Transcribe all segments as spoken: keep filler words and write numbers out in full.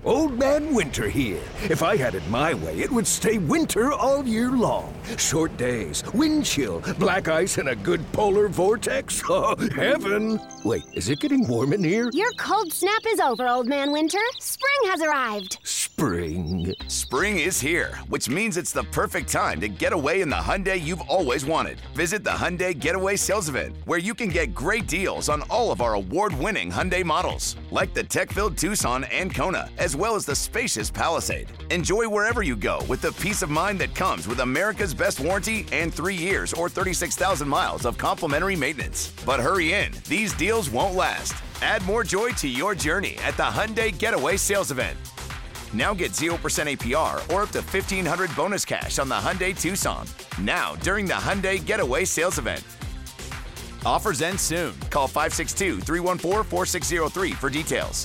Old Man Winter here. If I had it my way, it would stay winter all year long. Short days, wind chill, black ice, and a good polar vortex. Oh, heaven! Wait, is it getting warm in here? Your cold snap is over, Old Man Winter. Spring has arrived. Spring. Spring is here, which means it's the perfect time to get away in the Hyundai you've always wanted. Visit the Hyundai Getaway Sales Event, where you can get great deals on all of our award-winning Hyundai models, like the tech-filled Tucson and Kona, as well as the spacious Palisade. Enjoy wherever you go with the peace of mind that comes with America's best warranty and three years or thirty-six thousand miles of complimentary maintenance. But hurry in, these deals won't last. Add more joy to your journey at the Hyundai Getaway Sales Event. Now get zero percent A P R or up to fifteen hundred dollars bonus cash on the Hyundai Tucson. Now, during the Hyundai Getaway Sales Event. Offers end soon. Call five six two, three one four, four six zero three for details.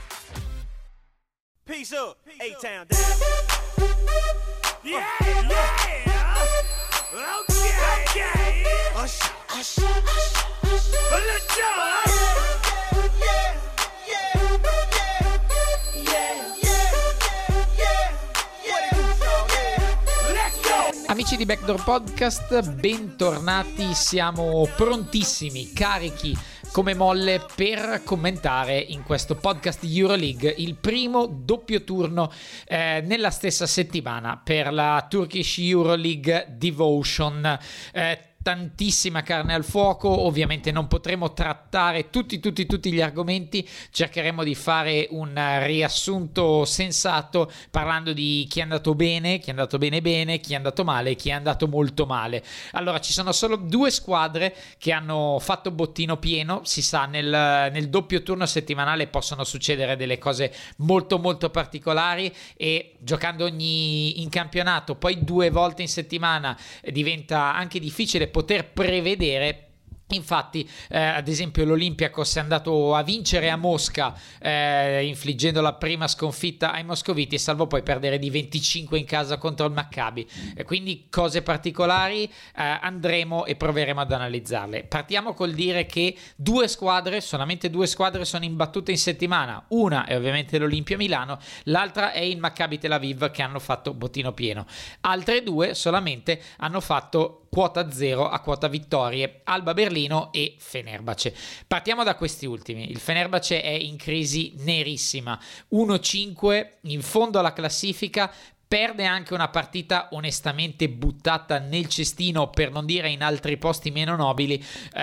Peace up, A-Town down. Yeah, yeah. Okay, okay. Ush, ush, ush, ush. Let's go. Yeah, yeah, yeah, yeah, yeah. Let's go. Amici di Backdoor Podcast, bentornati, siamo prontissimi, carichi come molle per commentare in questo podcast Euroleague il primo doppio turno eh, nella stessa settimana per la Turkish Euroleague Devotion. Eh, tantissima carne al fuoco, ovviamente non potremo trattare tutti tutti tutti gli argomenti, cercheremo di fare un riassunto sensato parlando di chi è andato bene, chi è andato bene bene, chi è andato male, chi è andato molto male. Allora, ci sono solo due squadre che hanno fatto bottino pieno, si sa nel, nel doppio turno settimanale possono succedere delle cose molto molto particolari e giocando ogni in campionato poi due volte in settimana diventa anche difficile poter prevedere. Infatti eh, ad esempio l'Olympiakos è andato a vincere a Mosca eh, infliggendo la prima sconfitta ai moscoviti e salvo poi perdere di venticinque in casa contro il Maccabi, e quindi cose particolari, eh, andremo e proveremo ad analizzarle. Partiamo col dire che due squadre, solamente due squadre sono imbattute in settimana, una è ovviamente l'Olimpia Milano, l'altra è il Maccabi Tel Aviv che hanno fatto bottino pieno, altre due solamente hanno fatto quota zero a quota vittorie, Alba Berlino e Fenerbahce. Partiamo da questi ultimi. Il Fenerbahce è in crisi nerissima, uno cinque in fondo alla classifica, perde anche una partita onestamente buttata nel cestino, per non dire in altri posti meno nobili,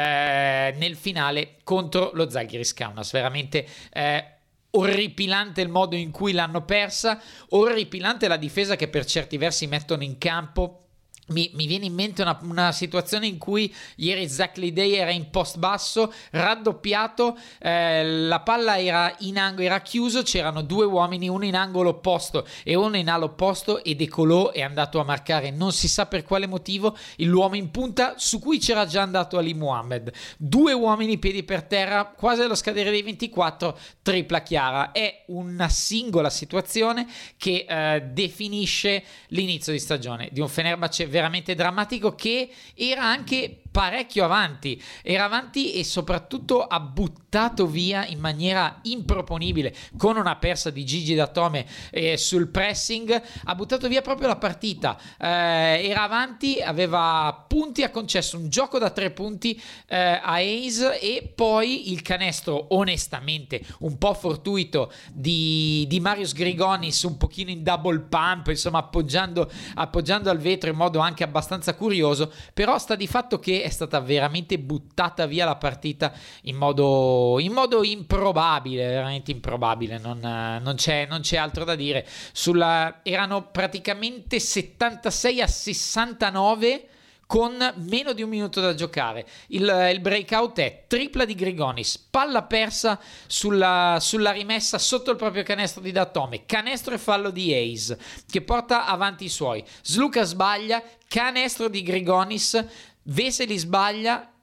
eh, nel finale contro lo Zalgiris Kaunas. Veramente eh, orripilante il modo in cui l'hanno persa, orripilante la difesa che per certi versi mettono in campo. Mi, mi viene in mente una, una situazione in cui ieri Zach Lidey era in post basso, raddoppiato, eh, la palla era in angolo, era chiuso, c'erano due uomini, uno in angolo opposto e uno in ala opposto, e De Colo è andato a marcare, non si sa per quale motivo, l'uomo in punta su cui c'era già andato Ali Muhammad. Due uomini piedi per terra, quasi allo scadere dei ventiquattro, tripla chiara. È una singola situazione che eh, definisce l'inizio di stagione di un Fenerbahce veramente drammatico, che era anche parecchio avanti, era avanti e soprattutto ha buttato via in maniera improponibile, con una persa di Gigi Datome eh, sul pressing, ha buttato via proprio la partita. Eh, era avanti, aveva punti, ha concesso un gioco da tre punti eh, a Hayes e poi il canestro onestamente un po' fortuito di, di Marius Grigonis, un pochino in double pump, insomma appoggiando, appoggiando al vetro in modo anche abbastanza curioso, però sta di fatto che è stata veramente buttata via la partita in modo, in modo improbabile, veramente improbabile, non, non, c'è, non c'è altro da dire. Sulla, erano praticamente settantasei a sessantanove con meno di un minuto da giocare. Il, il breakout è tripla di Grigonis, palla persa sulla, sulla rimessa sotto il proprio canestro di Datome, canestro e fallo di Hayes che porta avanti i suoi. Sluka sbaglia, canestro di Grigonis, Veseli sbaglia,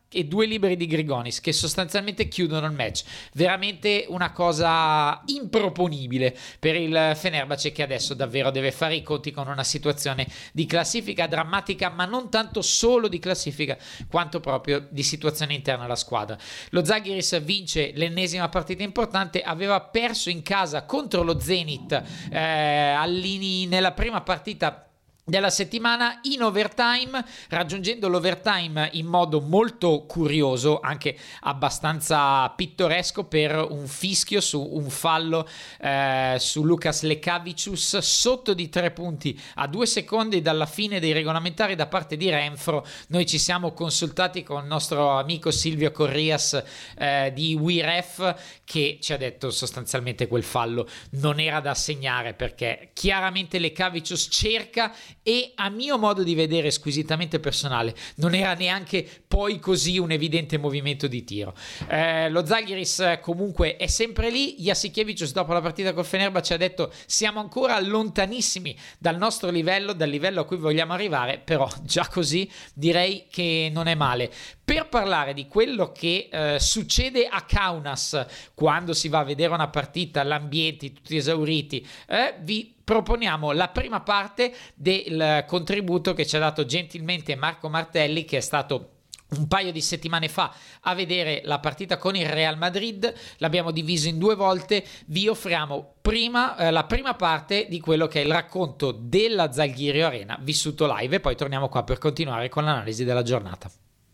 e due liberi di Grigonis che sostanzialmente chiudono il match. Veramente una cosa improponibile per il Fenerbahce, che adesso davvero deve fare i conti con una situazione di classifica drammatica, ma non tanto solo di classifica quanto proprio di situazione interna alla squadra. Lo Zalgiris vince l'ennesima partita importante, aveva perso in casa contro lo Zenit eh, all'ini nella prima partita della settimana in overtime, raggiungendo l'overtime in modo molto curioso, anche abbastanza pittoresco, per un fischio su un fallo eh, su Lukas Lekavicius sotto di tre punti a due secondi dalla fine dei regolamentari da parte di Renfro. Noi ci siamo consultati con il nostro amico Silvio Corrias eh, di WeRef, che ci ha detto sostanzialmente quel fallo non era da segnare, perché chiaramente Lekavicius cerca, e a mio modo di vedere squisitamente personale non era neanche poi così un evidente movimento di tiro. Eh, lo Zalgiris comunque è sempre lì. Jasikevičius dopo la partita col Fenerbahce ha detto: siamo ancora lontanissimi dal nostro livello, dal livello a cui vogliamo arrivare, però già così direi che non è male. Per parlare di quello che eh, succede a Kaunas quando si va a vedere una partita, l'ambiente, tutti esauriti, eh, vi proponiamo la prima parte del contributo che ci ha dato gentilmente Marco Martelli, che è stato un paio di settimane fa a vedere la partita con il Real Madrid. L'abbiamo diviso in due volte. Vi offriamo prima eh, la prima parte di quello che è il racconto della Zalgiris Arena vissuto live, e poi torniamo qua per continuare con l'analisi della giornata.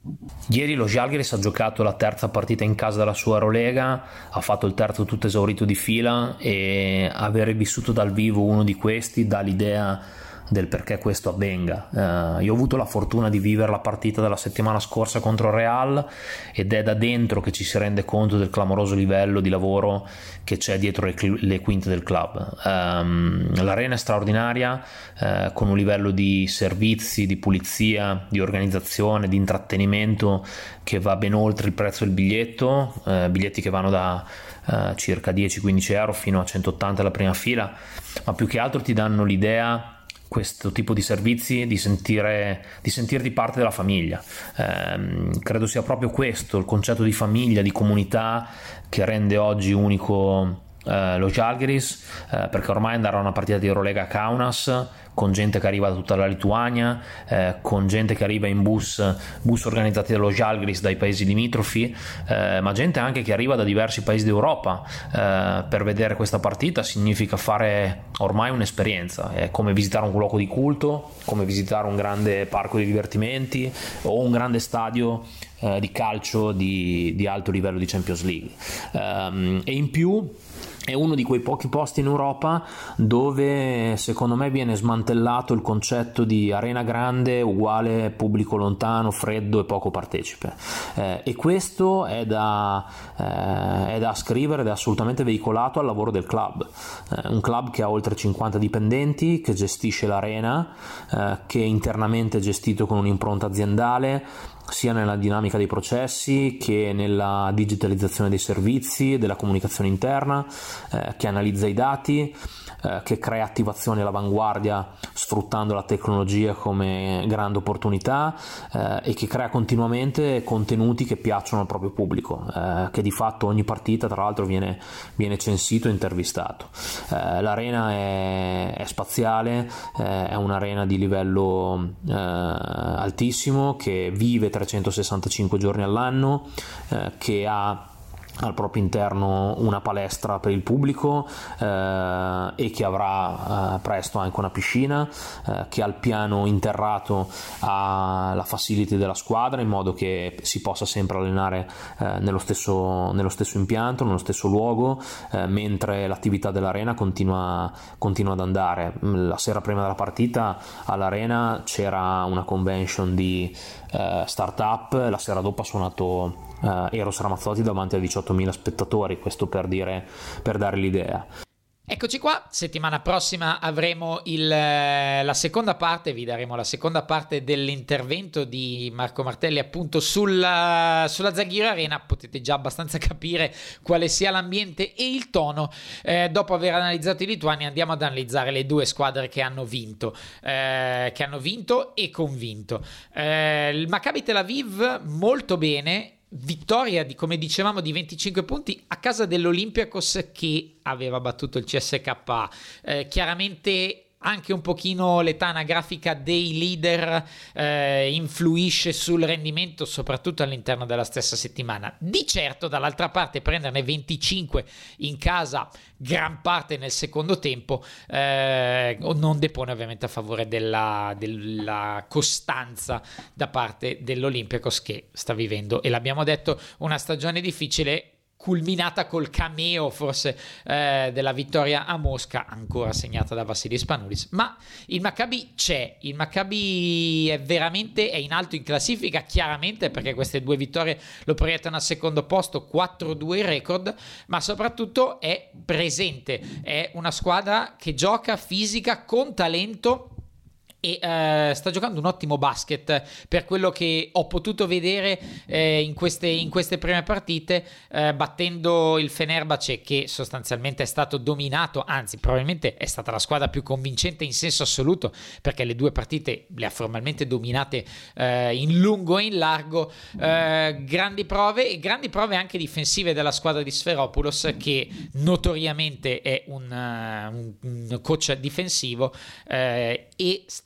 Ieri lo Žalgiris ha giocato la terza partita in casa della sua Eurolega, ha fatto il terzo tutto esaurito di fila, e aver vissuto dal vivo uno di questi dà l'idea del perché questo avvenga. Uh, io ho avuto la fortuna di vivere la partita della settimana scorsa contro il Real, ed è da dentro che ci si rende conto del clamoroso livello di lavoro che c'è dietro le, le quinte del club. Um, l'arena è straordinaria, uh, con un livello di servizi, di pulizia, di organizzazione, di intrattenimento che va ben oltre il prezzo del biglietto, uh, biglietti che vanno da uh, circa dieci quindici euro fino a centottanta alla prima fila, ma più che altro ti danno l'idea, questo tipo di servizi, di sentire di sentirti parte della famiglia. Eh, credo sia proprio questo il concetto di famiglia, di comunità, che rende oggi unico eh, lo Žalgiris, eh, perché ormai andare a una partita di Eurolega a Kaunas con gente che arriva da tutta la Lituania, eh, con gente che arriva in bus bus organizzati dallo Žalgiris dai paesi limitrofi, eh, ma gente anche che arriva da diversi paesi d'Europa eh, per vedere questa partita. Significa fare ormai un'esperienza, è come visitare un luogo di culto, come visitare un grande parco di divertimenti o un grande stadio eh, di calcio di, di alto livello di Champions League. Um, e in più è uno di quei pochi posti in Europa dove secondo me viene smantellato il concetto di arena grande uguale pubblico lontano, freddo e poco partecipe, eh, e questo è da, eh, è da ascrivere ed è assolutamente veicolato al lavoro del club, eh, un club che ha oltre cinquanta dipendenti, che gestisce l'arena, eh, che internamente è gestito con un'impronta aziendale, sia nella dinamica dei processi che nella digitalizzazione dei servizi, della comunicazione interna, eh, che analizza i dati, eh, che crea attivazioni all'avanguardia sfruttando la tecnologia come grande opportunità, eh, e che crea continuamente contenuti che piacciono al proprio pubblico, eh, che di fatto ogni partita tra l'altro viene, viene censito e intervistato. Eh, l'arena è, è spaziale, eh, è un'arena di livello eh, altissimo, che vive trecentosessantacinque giorni all'anno, eh, che ha al proprio interno una palestra per il pubblico, eh, e che avrà eh, presto anche una piscina, eh, che al piano interrato ha la facility della squadra, in modo che si possa sempre allenare eh, nello stesso, nello stesso impianto, nello stesso luogo, eh, mentre l'attività dell'arena continua, continua ad andare. La sera prima della partita all'arena c'era una convention di eh, startup, la sera dopo ha suonato Uh, Eros Ramazzotti davanti a diciottomila spettatori, questo per dire, per dare l'idea. Eccoci qua, settimana prossima avremo il, la seconda parte, vi daremo la seconda parte dell'intervento di Marco Martelli appunto sulla, sulla Zaghirio Arena. Potete già abbastanza capire quale sia l'ambiente e il tono. Eh, dopo aver analizzato i lituani andiamo ad analizzare le due squadre che hanno vinto, eh, che hanno vinto e convinto. Eh, il Maccabi Tel Aviv molto bene. Vittoria di, come dicevamo, di venticinque punti a casa dell'Olympiakos che aveva battuto il C S K A. Eh, chiaramente anche un pochino l'età anagrafica dei leader eh, influisce sul rendimento, soprattutto all'interno della stessa settimana. Di certo, dall'altra parte, prenderne venticinque in casa, gran parte nel secondo tempo, eh, non depone ovviamente a favore della, della costanza da parte dell'Olympiakos, che sta vivendo, e l'abbiamo detto, una stagione difficile, culminata col cameo forse eh, della vittoria a Mosca, ancora segnata da Vassilis Spanoulis. Ma il Maccabi c'è, il Maccabi è veramente è in alto in classifica, chiaramente perché queste due vittorie lo proiettano al secondo posto, quattro due il record, ma soprattutto è presente, è una squadra che gioca fisica, con talento, e uh, sta giocando un ottimo basket per quello che ho potuto vedere eh, in, queste, in queste prime partite, eh, battendo il Fenerbahce, che sostanzialmente è stato dominato, anzi probabilmente è stata la squadra più convincente in senso assoluto, perché le due partite le ha formalmente dominate eh, in lungo e in largo. Eh, grandi prove e grandi prove anche difensive della squadra di Sferopoulos, che notoriamente è un, uh, un coach difensivo eh, e sta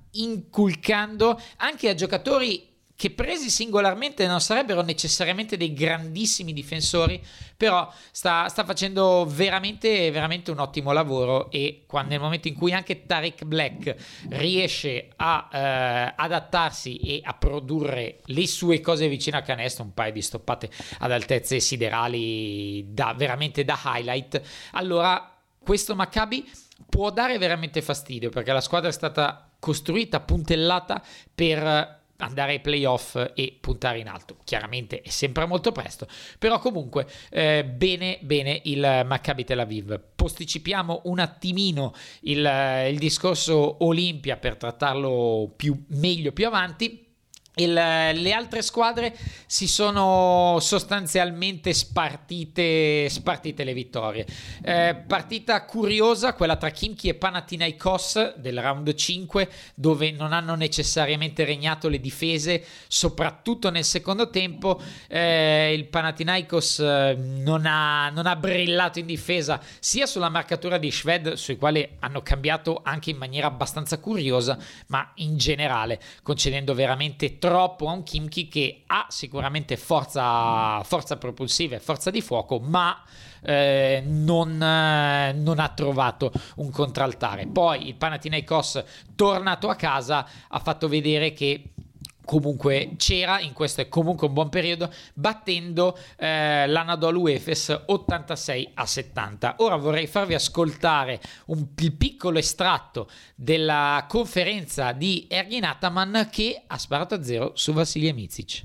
inculcando anche a giocatori che presi singolarmente non sarebbero necessariamente dei grandissimi difensori, però sta, sta facendo veramente veramente un ottimo lavoro. E quando, nel momento in cui anche Tariq Black riesce a eh, adattarsi e a produrre le sue cose vicino a canestro, un paio di stoppate ad altezze siderali da, veramente da highlight, allora questo Maccabi può dare veramente fastidio, perché la squadra è stata costruita, puntellata per andare ai playoff e puntare in alto. Chiaramente è sempre molto presto, però comunque eh, bene bene il Maccabi Tel Aviv. Posticipiamo un attimino il, il discorso Olimpia per trattarlo più meglio più avanti. Il, le altre squadre si sono sostanzialmente spartite, spartite le vittorie. Eh, partita curiosa quella tra Khimki e Panathinaikos del round cinque, dove non hanno necessariamente regnato le difese, soprattutto nel secondo tempo. Eh, il Panathinaikos non ha, non ha brillato in difesa, sia sulla marcatura di Shved, sui quali hanno cambiato anche in maniera abbastanza curiosa, ma in generale concedendo veramente troppo a un Khimki che ha sicuramente forza, forza propulsiva e forza di fuoco, ma eh, non, eh, non ha trovato un contraltare. Poi il Panathinaikos, tornato a casa, ha fatto vedere che comunque c'era, in questo è comunque un buon periodo, battendo eh, l'Anadolu Efes ottantasei a settanta. Ora vorrei farvi ascoltare un il piccolo estratto della conferenza di Ergin Ataman, che ha sparato a zero su Vasilije Micic.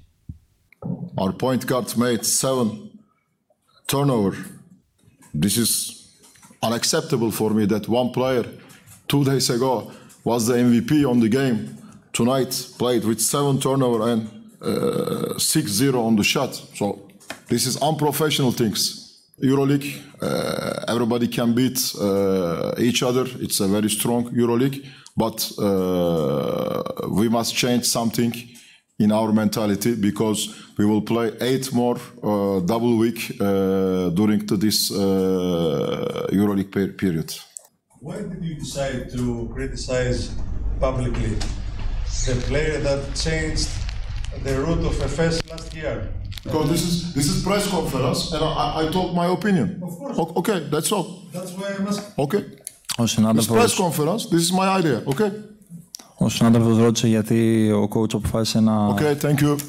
Our point guard made seven turnover. This is unacceptable for me that one player two days ago was the M V P on the game. Tonight played with seven turnover and uh, six zero on the shot. So this is unprofessional things. EuroLeague, uh, everybody can beat uh, each other. It's a very strong EuroLeague, but uh, we must change something in our mentality, because we will play eight more uh, double week uh, during the, this uh, EuroLeague per- period. Why did you decide to criticize publicly the player that changed the route of Efes last year? Because this is this is press conference, and I, I told my opinion. Of course. O- okay, that's all. That's why I'm asking. Okay. Ο This συνάδελφος, press conference, this is my idea. Okay. ο συνάδελφος ρώτησε γιατί ο coach αποφάσισε να... Okay, thank you.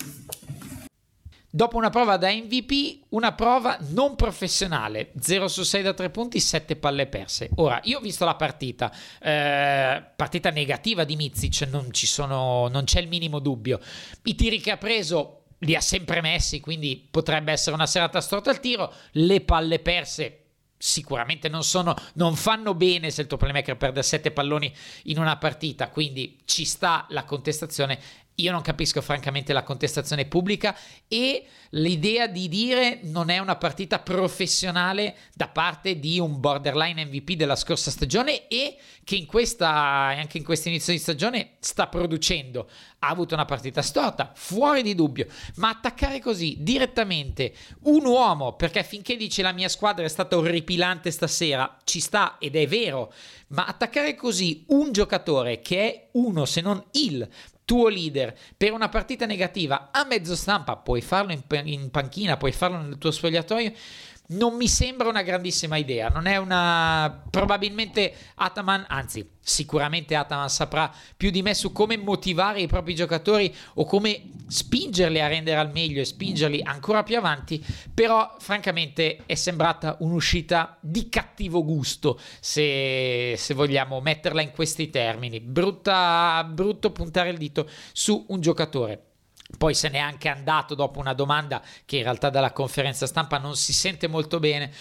Dopo una prova da M V P, una prova non professionale, zero su sei da tre punti, sette palle perse. Ora, io ho visto la partita, eh, partita negativa di Micic, non ci sono, non c'è il minimo dubbio. I tiri che ha preso li ha sempre messi, quindi potrebbe essere una serata storta al tiro. Le palle perse sicuramente non sono, non fanno bene se il tuo playmaker perde sette palloni in una partita, quindi ci sta la contestazione. Io non capisco francamente la contestazione pubblica e l'idea di dire non è una partita professionale da parte di un borderline M V P della scorsa stagione e che in questa, anche in questo inizio di stagione sta producendo. Ha avuto una partita storta, fuori di dubbio, ma attaccare così direttamente un uomo, perché finché dice la mia squadra è stata orripilante stasera, ci sta ed è vero, ma attaccare così un giocatore che è uno se non il tuo leader per una partita negativa a mezzo stampa, puoi farlo in, in panchina, puoi farlo nel tuo spogliatoio, non mi sembra una grandissima idea. Non è una, probabilmente Ataman, anzi sicuramente Ataman saprà più di me su come motivare i propri giocatori o come spingerli a rendere al meglio e spingerli ancora più avanti, però francamente è sembrata un'uscita di cattivo gusto, se, se vogliamo metterla in questi termini. Brutta, brutto puntare il dito su un giocatore. Poi se n'è anche andato dopo una domanda che in realtà dalla conferenza stampa non si sente molto bene,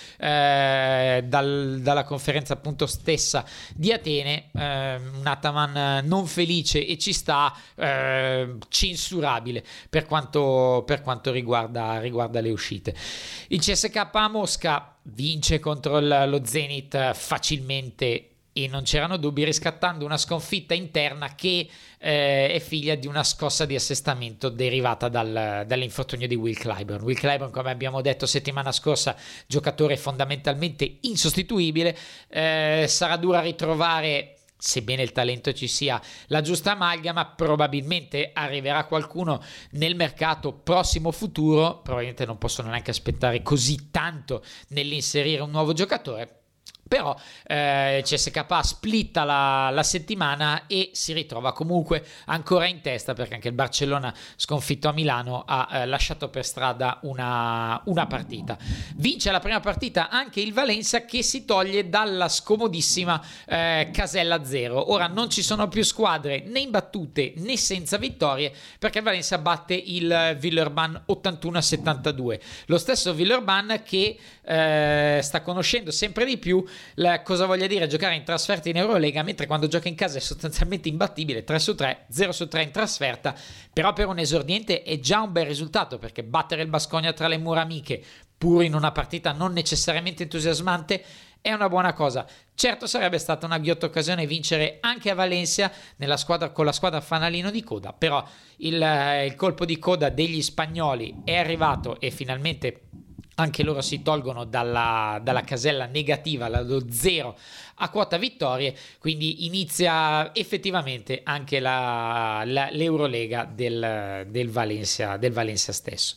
eh, dal, dalla conferenza appunto stessa di Atene, eh, un Ataman non felice e ci sta, eh, censurabile per quanto, per quanto riguarda, riguarda le uscite. Il C S K a Mosca vince contro il, lo Zenit facilmente e non c'erano dubbi, riscattando una sconfitta interna che eh, è figlia di una scossa di assestamento derivata dal, dall'infortunio di Will Clyburn. Will Clyburn, come abbiamo detto settimana scorsa, giocatore fondamentalmente insostituibile, eh, sarà dura ritrovare, sebbene il talento ci sia, la giusta amalgama. Probabilmente arriverà qualcuno nel mercato prossimo futuro, probabilmente non possono neanche aspettare così tanto nell'inserire un nuovo giocatore. Però eh, C S K A splitta la, la settimana e si ritrova comunque ancora in testa, perché anche il Barcellona, sconfitto a Milano, ha eh, lasciato per strada una, una partita. Vince la prima partita anche il Valencia, che si toglie dalla scomodissima eh, casella zero. Ora non ci sono più squadre né imbattute né senza vittorie, perché il Valencia batte il Villeurbanne ottantuno a settantadue. Lo stesso Villeurbanne che eh, sta conoscendo sempre di più la, cosa voglia dire giocare in trasferta in Eurolega, mentre quando gioca in casa è sostanzialmente imbattibile, tre su tre, zero su tre in trasferta. Però per un esordiente è già un bel risultato, perché battere il Baskonia tra le mura amiche, pur in una partita non necessariamente entusiasmante, è una buona cosa. Certo sarebbe stata una ghiotta occasione vincere anche a Valencia nella squadra, con la squadra fanalino di coda, però il, il colpo di coda degli spagnoli è arrivato e finalmente anche loro si tolgono dalla, dalla casella negativa, dallo zero a quota vittorie, quindi inizia effettivamente anche la, la, l'Eurolega del, del, Valencia, del Valencia stesso.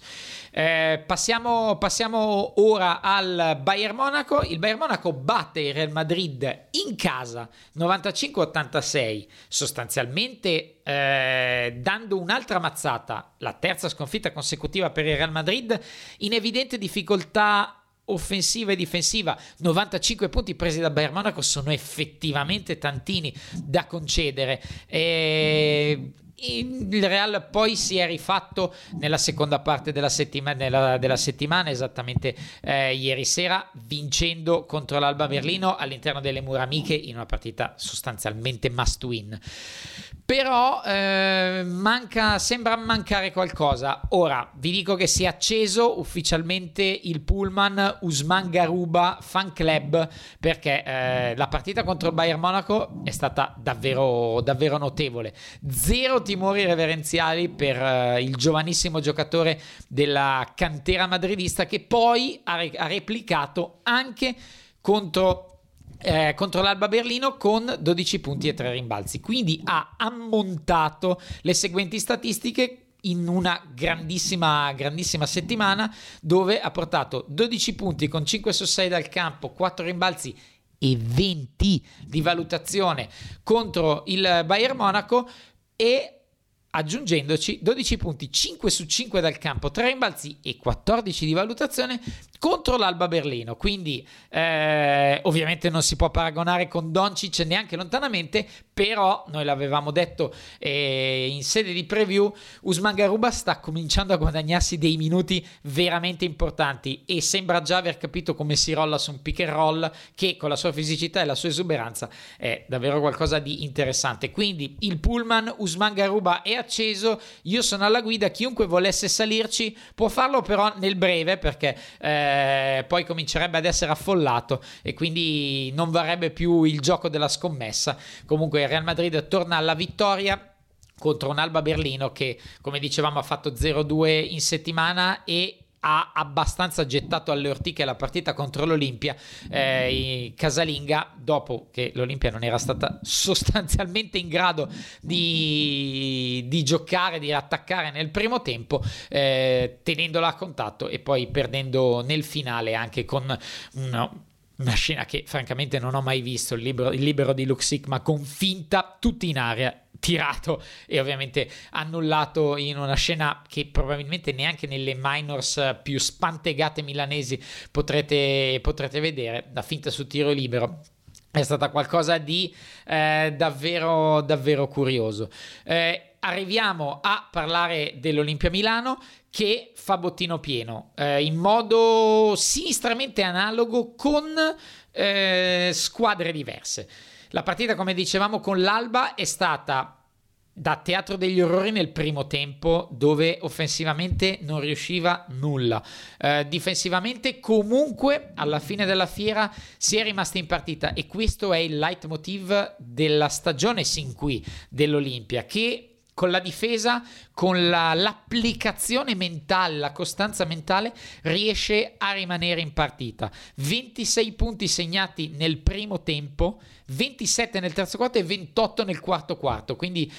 Eh, passiamo, passiamo ora al Bayern Monaco. Il Bayern Monaco batte il Real Madrid in casa novantacinque a ottantasei, sostanzialmente eh, dando un'altra mazzata, la terza sconfitta consecutiva per il Real Madrid, in evidente difficoltà offensiva e difensiva. novantacinque punti presi da Bayern Monaco sono effettivamente tantini da concedere. E il Real poi si è rifatto nella seconda parte della settimana, della, della settimana esattamente eh, ieri sera, vincendo contro l'Alba Berlino all'interno delle mura amiche in una partita sostanzialmente must win. Però eh, manca, sembra mancare qualcosa. Ora vi dico che si è acceso ufficialmente il pullman Usman Garuba Fan Club, perché eh, la partita contro il Bayern Monaco è stata davvero, davvero notevole. Zero timori reverenziali per eh, il giovanissimo giocatore della cantera madridista, che poi ha, re- ha replicato anche contro Eh, contro l'Alba Berlino con dodici punti e tre rimbalzi, quindi ha ammontato le seguenti statistiche in una grandissima grandissima settimana, dove ha portato dodici punti con cinque su sei dal campo, quattro rimbalzi e venti di valutazione contro il Bayern Monaco, e aggiungendoci dodici punti, cinque su cinque dal campo, tre rimbalzi e quattordici di valutazione contro l'Alba Berlino, quindi eh, ovviamente non si può paragonare con Doncic neanche lontanamente, però noi l'avevamo detto eh, in sede di preview, Usman Garuba sta cominciando a guadagnarsi dei minuti veramente importanti e sembra già aver capito come si rolla su un pick and roll, che con la sua fisicità e la sua esuberanza è davvero qualcosa di interessante. Quindi il pullman Usman Garuba è acceso, io sono alla guida, chiunque volesse salirci può farlo, però nel breve, perché eh, poi comincerebbe ad essere affollato e quindi non varrebbe più il gioco della scommessa. Comunque il Real Madrid torna alla vittoria contro un Alba Berlino che, come dicevamo, ha fatto zero due in settimana e ha abbastanza gettato alle ortiche la partita contro l'Olimpia eh, casalinga, dopo che l'Olimpia non era stata sostanzialmente in grado di, di giocare, di attaccare nel primo tempo, eh, tenendola a contatto e poi perdendo nel finale anche con una, una scena che francamente non ho mai visto, il libero, il libero di Luke Sikma con finta tutti in area, tirato e ovviamente annullato in una scena che probabilmente neanche nelle minors più spantegate milanesi potrete, potrete vedere. La finta su tiro libero è stata qualcosa di eh, davvero davvero curioso. Eh, arriviamo a parlare dell'Olimpia Milano, che fa bottino pieno eh, in modo sinistramente analogo con eh, squadre diverse. La partita, come dicevamo, con l'Alba è stata da teatro degli orrori nel primo tempo, dove offensivamente non riusciva nulla. Eh, difensivamente comunque alla fine della fiera si è rimasti in partita, e questo è il leitmotiv della stagione sin qui dell'Olimpia, che con la difesa, con la, l'applicazione mentale, la costanza mentale, riesce a rimanere in partita. ventisei punti segnati nel primo tempo, ventisette nel terzo quarto e ventotto nel quarto quarto, quindi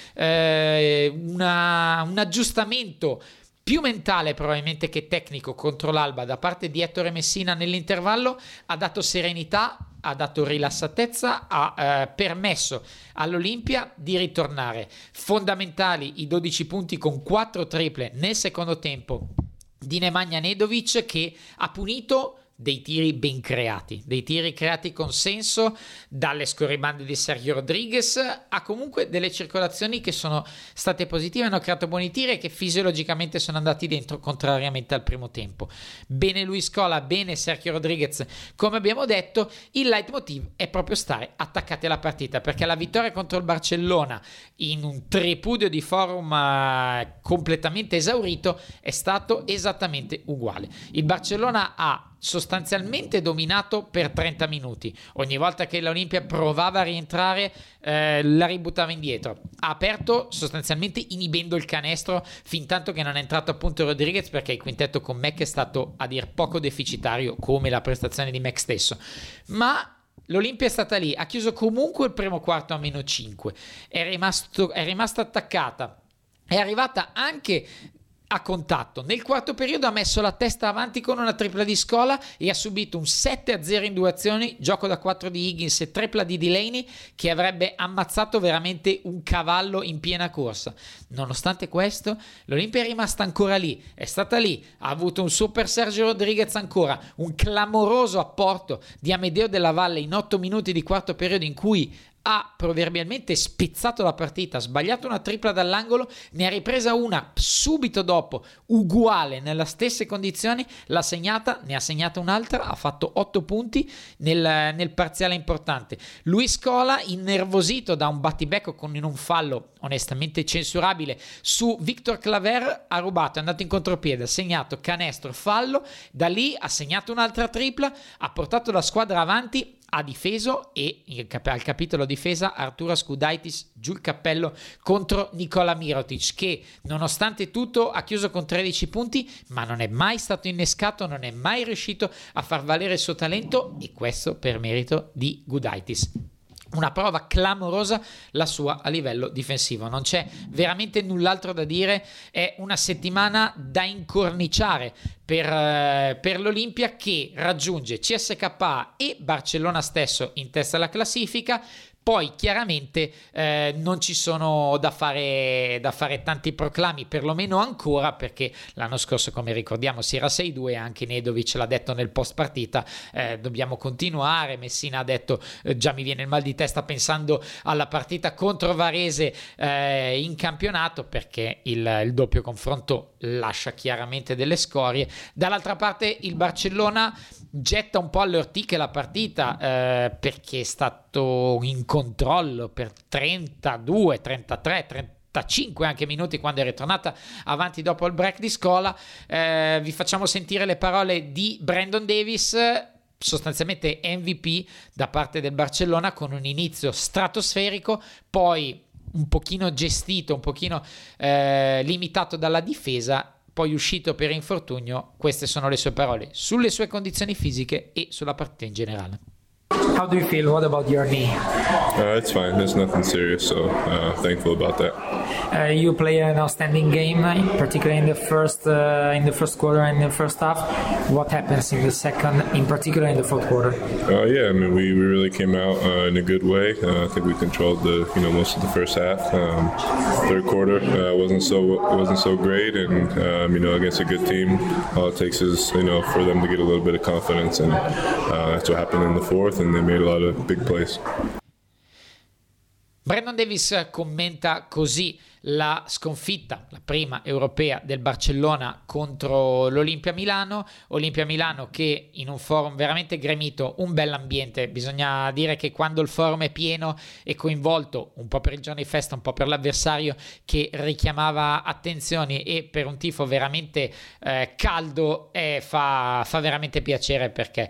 eh, una, un aggiustamento più mentale probabilmente che tecnico contro l'Alba da parte di Ettore Messina nell'intervallo ha dato serenità, ha dato rilassatezza, ha eh, permesso all'Olimpia di ritornare. Fondamentali i dodici punti con quattro triple nel secondo tempo di Nemanja Nedovic, che ha punito dei tiri ben creati, dei tiri creati con senso, dalle scorribande di Sergio Rodriguez a comunque delle circolazioni che sono state positive, hanno creato buoni tiri e che fisiologicamente sono andati dentro, contrariamente al primo tempo. Bene Luis Scola, bene Sergio Rodriguez, come abbiamo detto. Il leitmotiv è proprio stare attaccati alla partita, perché la vittoria contro il Barcellona in un tripudio di forum uh, completamente esaurito è stato esattamente uguale. Il Barcellona ha sostanzialmente dominato per trenta minuti. Ogni volta che l'Olimpia provava a rientrare eh, la ributtava indietro. Ha aperto sostanzialmente inibendo il canestro fin tanto che non è entrato appunto Rodriguez, perché il quintetto con Mac è stato a dir poco deficitario, come la prestazione di Mac stesso. Ma l'Olimpia è stata lì, ha chiuso comunque il primo quarto a meno cinque, è, rimasto, è rimasta attaccata, è arrivata anche a contatto. Nel quarto periodo ha messo la testa avanti con una tripla di Scola e ha subito un sette a zero in due azioni, gioco da quattro di Higgins e tripla di Delaney, che avrebbe ammazzato veramente un cavallo in piena corsa. Nonostante questo, l'Olimpia è rimasta ancora lì, è stata lì, ha avuto un super Sergio Rodriguez ancora, un clamoroso apporto di Amedeo Della Valle in otto minuti di quarto periodo, in cui ha proverbialmente spezzato la partita, ha sbagliato una tripla dall'angolo, ne ha ripresa una subito dopo, uguale, nelle stesse condizioni, l'ha segnata, ne ha segnata un'altra, ha fatto otto punti nel, nel parziale importante. Luis Scola, innervosito da un battibecco con in un fallo onestamente censurabile su Victor Claver, ha rubato, è andato in contropiede, ha segnato canestro, fallo, da lì ha segnato un'altra tripla, ha portato la squadra avanti, ha difeso, e al capitolo difesa Arturas Gudaitis giù il cappello contro Nikola Mirotic, che nonostante tutto ha chiuso con tredici punti, ma non è mai stato innescato, non è mai riuscito a far valere il suo talento, e questo per merito di Gudaitis. Una prova clamorosa la sua a livello difensivo, non c'è veramente null'altro da dire. È una settimana da incorniciare per, eh, per l'Olimpia, che raggiunge C S K A e Barcellona stesso in testa alla classifica, Poi chiaramente eh, non ci sono da fare, da fare tanti proclami, perlomeno ancora, perché l'anno scorso, come ricordiamo, si era sei due, anche Nedovic l'ha detto nel post partita, eh, dobbiamo continuare. Messina ha detto eh, già mi viene il mal di testa pensando alla partita contro Varese eh, in campionato, perché il, il doppio confronto lascia chiaramente delle scorie. Dall'altra parte il Barcellona getta un po' alle ortiche la partita eh, perché è stato in controllo per trentadue, trentatré, trentacinque anche minuti quando è ritornata avanti dopo il break di Scola. Eh, vi facciamo sentire le parole di Brandon Davis, sostanzialmente M V P da parte del Barcellona, con un inizio stratosferico, poi un pochino gestito, un pochino eh, limitato dalla difesa, poi uscito per infortunio. Queste sono le sue parole sulle sue condizioni fisiche e sulla partita in generale. How do you feel? What about your knee? Uh, it's fine. There's nothing serious, so uh, thankful about that. Uh, you play an outstanding game, particularly in the first, uh, in the first quarter and in the first half. What happens in the second, in particular in the fourth quarter? Uh, yeah, I mean, we, we really came out uh, in a good way. Uh, I think we controlled the, you know, most of the first half. Um, third quarter uh, wasn't so wasn't so great, and um, you know, against a good team, all it takes is, you know, for them to get a little bit of confidence, and uh, that's what happened in the fourth. And they made a lot of big plays. Brandon Davis commenta così la sconfitta, la prima europea del Barcellona contro l'Olimpia Milano. Olimpia Milano che in un forum veramente gremito, un bell'ambiente. Bisogna dire che quando il forum è pieno e coinvolto, un po' per il giorno di festa, un po' per l'avversario che richiamava attenzioni e per un tifo veramente eh, caldo, eh, fa, fa veramente piacere, perché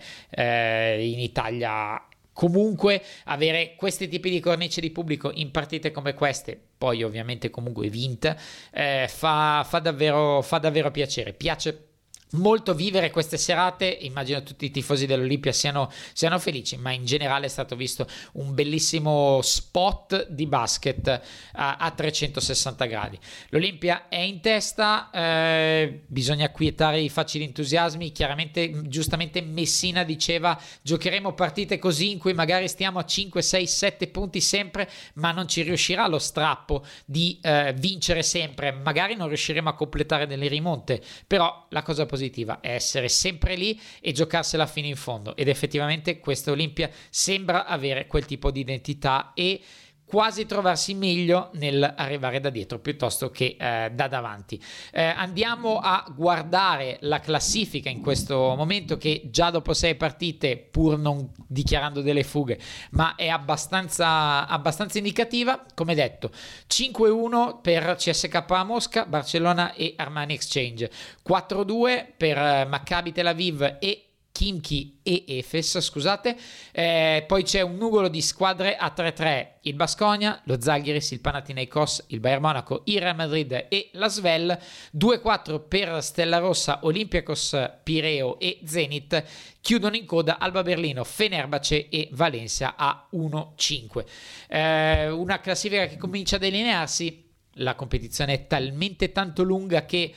eh, in Italia comunque avere questi tipi di cornici di pubblico in partite come queste, poi ovviamente comunque vinte, eh, fa, fa, davvero, fa davvero piacere. Piace molto vivere queste serate. Immagino tutti i tifosi dell'Olimpia siano, siano felici, ma in generale è stato visto un bellissimo spot di basket a, a trecentosessanta gradi. L'Olimpia è in testa, eh, bisogna quietare i facili entusiasmi. Chiaramente, giustamente Messina diceva: giocheremo partite così in cui magari stiamo a cinque, sei, sette punti sempre, ma non ci riuscirà lo strappo di eh, vincere sempre, magari non riusciremo a completare delle rimonte, però la cosa positiva è essere sempre lì e giocarsela fino in fondo, ed effettivamente questa Olimpia sembra avere quel tipo di identità e quasi trovarsi meglio nel arrivare da dietro piuttosto che eh, da davanti. Eh, andiamo a guardare la classifica in questo momento, che già dopo sei partite, pur non dichiarando delle fughe, ma è abbastanza, abbastanza indicativa. Come detto, cinque uno per C S K A Mosca, Barcellona e Armani Exchange, quattro due per eh, Maccabi Tel Aviv e Khimki e Efes, scusate. Eh, poi c'è un nugolo di squadre a tre tre: il Baskonia, lo Zalgiris, il Panathinaikos, il Bayern Monaco, il Real Madrid e la Svel. Due quattro per Stella Rossa, Olympiacos, Pireo e Zenit. Chiudono in coda Alba Berlino, Fenerbahce e Valencia a uno cinque. Eh, una classifica che comincia a delinearsi. La competizione è talmente tanto lunga che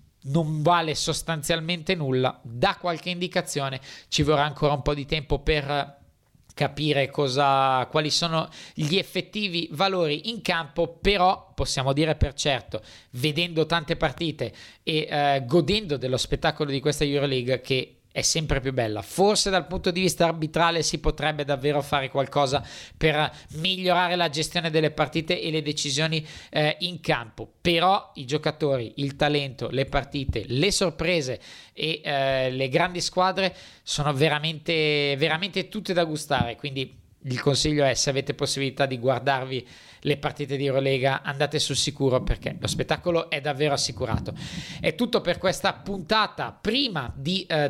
non vale sostanzialmente nulla, dà qualche indicazione, ci vorrà ancora un po' di tempo per capire cosa, quali sono gli effettivi valori in campo, però possiamo dire per certo, vedendo tante partite e eh, godendo dello spettacolo di questa Euroleague, che è sempre più bella. Forse dal punto di vista arbitrale si potrebbe davvero fare qualcosa per migliorare la gestione delle partite e le decisioni eh, in campo, però i giocatori, il talento, le partite, le sorprese e eh, le grandi squadre sono veramente, veramente tutte da gustare. Quindi il consiglio è, se avete possibilità di guardarvi le partite di Eurolega, andate sul sicuro, perché lo spettacolo è davvero assicurato. È tutto per questa puntata prima di eh,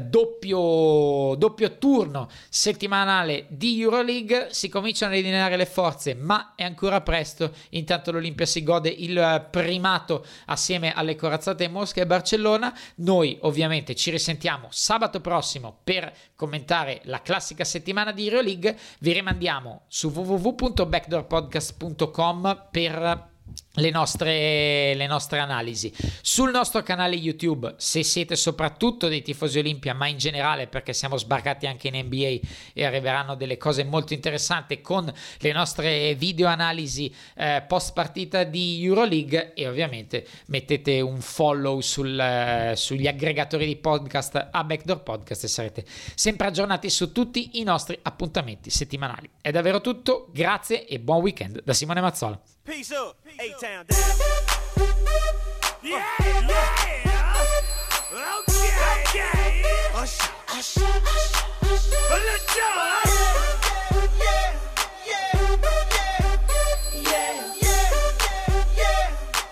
doppio, doppio turno settimanale di Euroleague. Si cominciano a ridisegnare le forze, ma è ancora presto. Intanto l'Olimpia si gode il primato assieme alle corazzate Mosca e Barcellona. Noi ovviamente ci risentiamo sabato prossimo per commentare la classica settimana di Euroleague. Vi rimandiamo su w w w punto backdoor podcast punto com per le nostre, le nostre analisi sul nostro canale YouTube. Se siete soprattutto dei tifosi Olimpia, ma in generale, perché siamo sbarcati anche in N B A e arriveranno delle cose molto interessanti con le nostre video analisi eh, post partita di Euroleague, e ovviamente mettete un follow sul, eh, sugli aggregatori di podcast a Backdoor Podcast e sarete sempre aggiornati su tutti i nostri appuntamenti settimanali. È davvero tutto, grazie e buon weekend da Simone Mazzola. Peace up, A-Town down. Yeah, yeah. Okay, okay. Usher, usher, usher. Let's go. Yeah, yeah, yeah, yeah, yeah,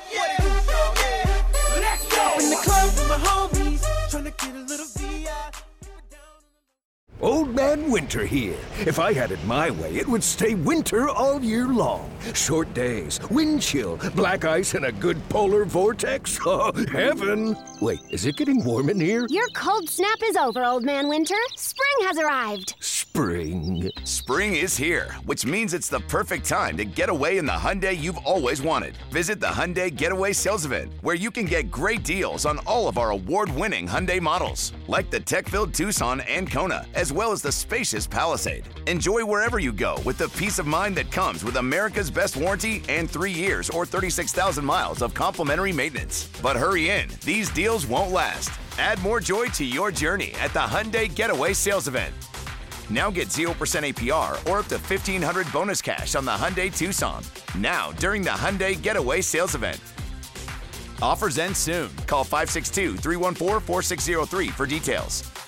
yeah. Let's go. In the club with my homies, trying to get a little V I. Old Man Winter here. If I had it my way, it would stay winter all year long. Short days, wind chill, black ice, and a good polar vortex. Oh, heaven! Wait, is it getting warm in here? Your cold snap is over, Old Man Winter. Spring has arrived. Spring. Spring is here, which means it's the perfect time to get away in the Hyundai you've always wanted. Visit the Hyundai Getaway Sales Event, where you can get great deals on all of our award-winning Hyundai models, like the tech-filled Tucson and Kona, as well as the spacious Palisade. Enjoy wherever you go with the peace of mind that comes with America's best warranty and three years or thirty-six thousand miles of complimentary maintenance. But hurry in, these deals won't last. Add more joy to your journey at the Hyundai Getaway Sales Event. Now get zero percent A P R or up to fifteen hundred dollars bonus cash on the Hyundai Tucson. Now, during the Hyundai Getaway Sales Event. Offers end soon. Call five six two, three one four, four six zero three for details.